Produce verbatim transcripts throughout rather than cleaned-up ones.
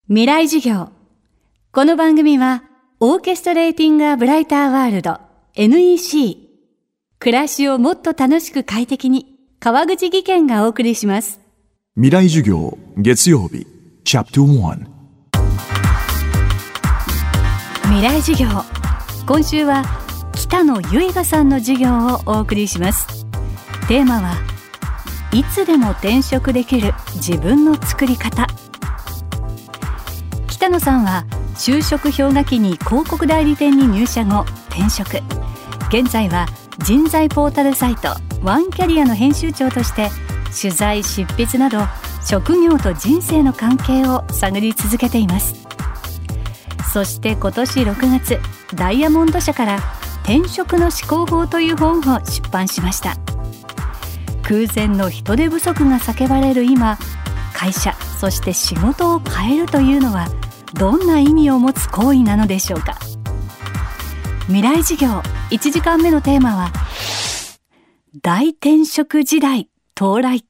未来授業。この番組はオーケストレーティングアブライターワールド エヌイーシー 暮らしをもっと楽しく快適に川口義賢がお送りします。 未来授業月曜日チャプターワン未来授業。今週は北野由香さんの授業をお送りします。テーマはいつでも転職できる自分の作り方。北野さんは就職氷河期に広告代理店に入社後転職、現在は人材ポータルサイトワンキャリアの編集長として取材執筆など職業と人生の関係を探り続けています。そして今年ろくがつ、ダイヤモンド社から転職の思考法という本を出版しました。空前の人手不足が叫ばれる今、会社そして仕事を変えるというのはどんな意味を持つ行為なのでしょうか。未来授業いちじかんめのテーマは大転職時代到来。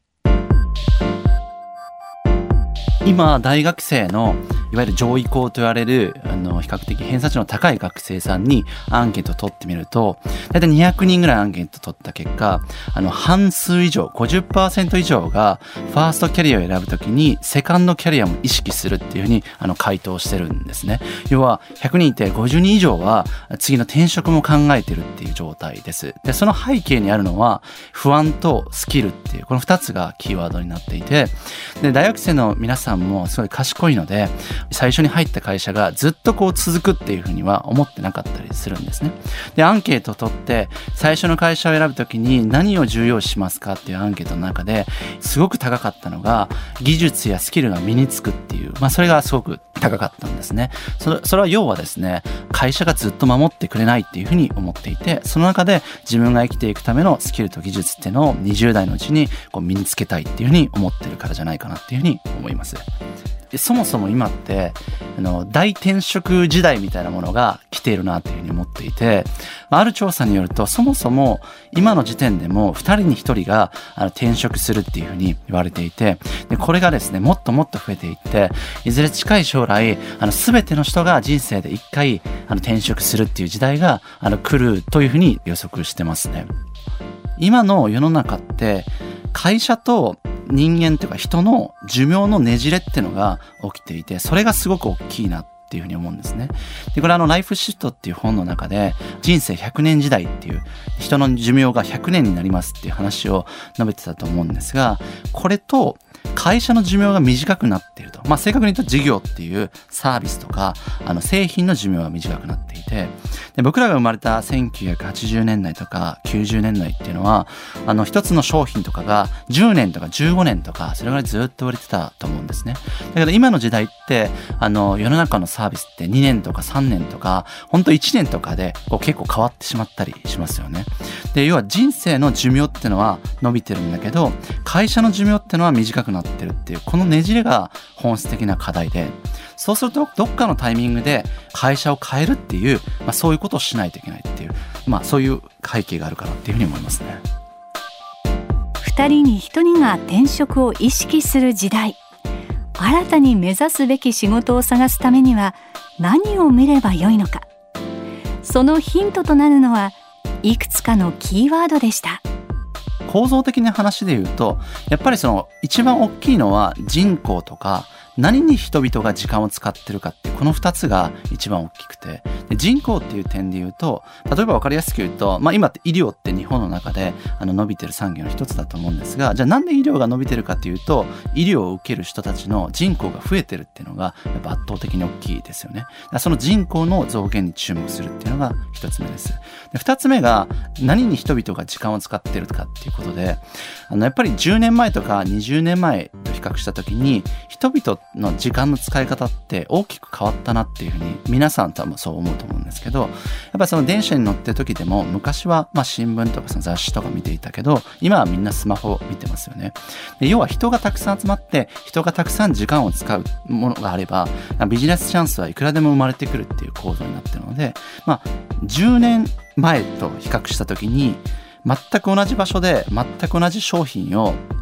今大学生のいわゆる上位校と言われるあの比較的偏差値の高い学生さんにアンケートを取ってみると、だいたいにひゃくにんぐらいアンケートを取った結果、あの半数以上 ごじゅっパーセント 以上がファーストキャリアを選ぶときにセカンドキャリアも意識するっていうふうにあの回答してるんですね。要はひゃくにんいてごじゅうにん以上は次の転職も考えてるっていう状態です。でその背景にあるのは不安とスキルっていうこのふたつがキーワードになっていて、で大学生の皆さんもすごい賢いので、最初に入った会社がずっとこう続くっていうふうには思ってなかったりするんですね。でアンケートを取って最初の会社を選ぶときに何を重要視しますかっていうアンケートの中ですごく高かったのが技術やスキルが身につくっていう、まあそれがすごく高かったんですね。それ、それは要はですね、会社がずっと守ってくれないっていうふうに思っていて、その中で自分が生きていくためのスキルと技術っていうのをにじゅう代のうちにこう身につけたいっていうふうに思ってるからじゃないかなっていうふうに思います。でそもそも今ってあの大転職時代みたいなものが来ているなというふうに思っていて、ある調査によるとそもそも今の時点でもふたりにひとりがあの転職するっていうふうに言われていて、でこれがですねもっともっと増えていって、いずれ近い将来あの全ての人が人生でいっかいあの転職するっていう時代があの来るというふうに予測してますね。今の世の中って会社と人間というか人の寿命のねじれっていうのが起きていて、それがすごく大きいなっていうふうに思うんですね。でこれあのライフシフトっていう本の中で人生ひゃくねん時代っていう人の寿命がひゃくねんになりますっていう話を述べてたと思うんですが、これと会社の寿命が短くなっていると、まあ正確に言うと事業っていうサービスとかあの製品の寿命が短くなっていて、で僕らが生まれたせんきゅうひゃくはちじゅうねんだいとかきゅうじゅうねんだいっていうのはあの一つの商品とかがじゅうねんとかじゅうごねんとかそれぐらいずっと売れてたと思うんですね。だけど今の時代ってあの世の中のサービスってにねんとかさんねんとか本当いちねんとかでこう結構変わってしまったりしますよね。で要は人生の寿命っていうのは伸びてるんだけど会社の寿命っていうのは短くなってるっていうこのねじれが本質的な課題で、そうするとどっかのタイミングで会社を変えるっていう、まあ、そういうことをしないといけないっていう、まあそういう背景があるかなっていうふうに思いますね。 ふたりにひとりが転職を意識する時代、新たに目指すべき仕事を探すためには何を見ればよいのか。そのヒントとなるのはいくつかのキーワードでした。 構造的な話で言うと、やっぱりその一番大きいのは人口とか何に人々が時間を使ってるかっていうこのふたつが一番大きくて、で人口っていう点で言うと、例えば分かりやすく言うと、まあ、今って医療って日本の中であの伸びてる産業の一つだと思うんですが、じゃあなんで医療が伸びてるかっていうと、医療を受ける人たちの人口が増えてるっていうのがやっぱ圧倒的に大きいですよね。だからその人口の増減に注目するっていうのが一つ目です。で二つ目が何に人々が時間を使ってるかっていうことで、あのやっぱりじゅうねんまえとかにじゅうねんまえと比較した時に人々の時間の使い方って大きく変わったなっていうふうに皆さん多分そう思うと思うんですけど、やっぱりその電車に乗ってる時でも昔はまあ新聞とかその雑誌とか見ていたけど、今はみんなスマホを見てますよね。で要は人がたくさん集まって人がたくさん時間を使うものがあればビジネスチャンスはいくらでも生まれてくるっていう構造になってるので、まあじゅうねんまえと比較した時に全く同じ場所で全く同じ商品を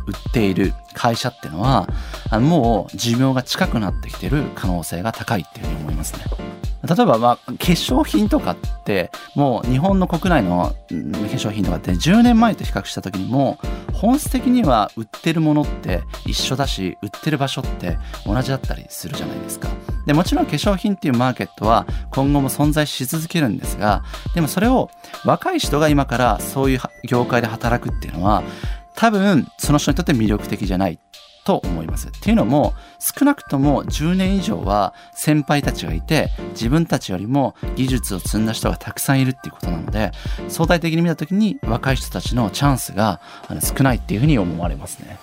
売っている会社っていうのはあのもう寿命が近くなってきてる可能性が高いっていうふうに思いますね。例えば、まあ、化粧品とかってもう日本の国内の化粧品とかってじゅうねんまえと比較した時にも本質的には売ってるものって一緒だし、売ってる場所って同じだったりするじゃないですか。でもちろん化粧品っていうマーケットは今後も存在し続けるんですが、でもそれを若い人が今からそういう業界で働くっていうのは多分その人にとって魅力的じゃないと思います。っていうのも少なくともじゅうねん以上は先輩たちがいて自分たちよりも技術を積んだ人がたくさんいるっていうことなので、相対的に見た時に若い人たちのチャンスが少ないっていうふうに思われますね。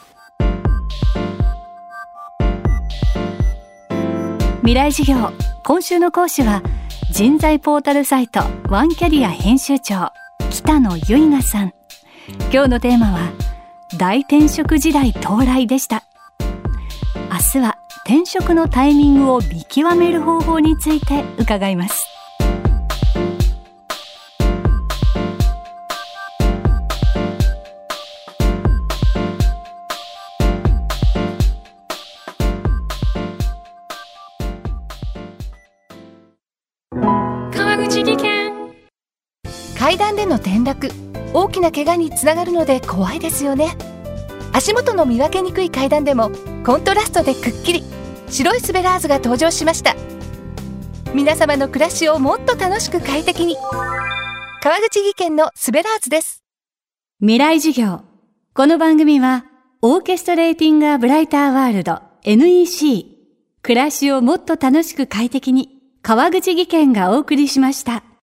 未来授業、今週の講師は人材ポータルサイトワンキャリア編集長北野由衣奈さん。今日のテーマは大転職時代到来でした。明日は転職のタイミングを見極める方法について伺います。 川口技研。階段での転落、大きな怪我につながるので怖いですよね。足元の見分けにくい階段でもコントラストでくっきり白いスベラーズが登場しました。皆様の暮らしをもっと楽しく快適に、川口技研のスベラーズです。 未来授業、この番組はオーケストレーティングアブライターワールド エヌイーシー 暮らしをもっと楽しく快適に川口技研がお送りしました。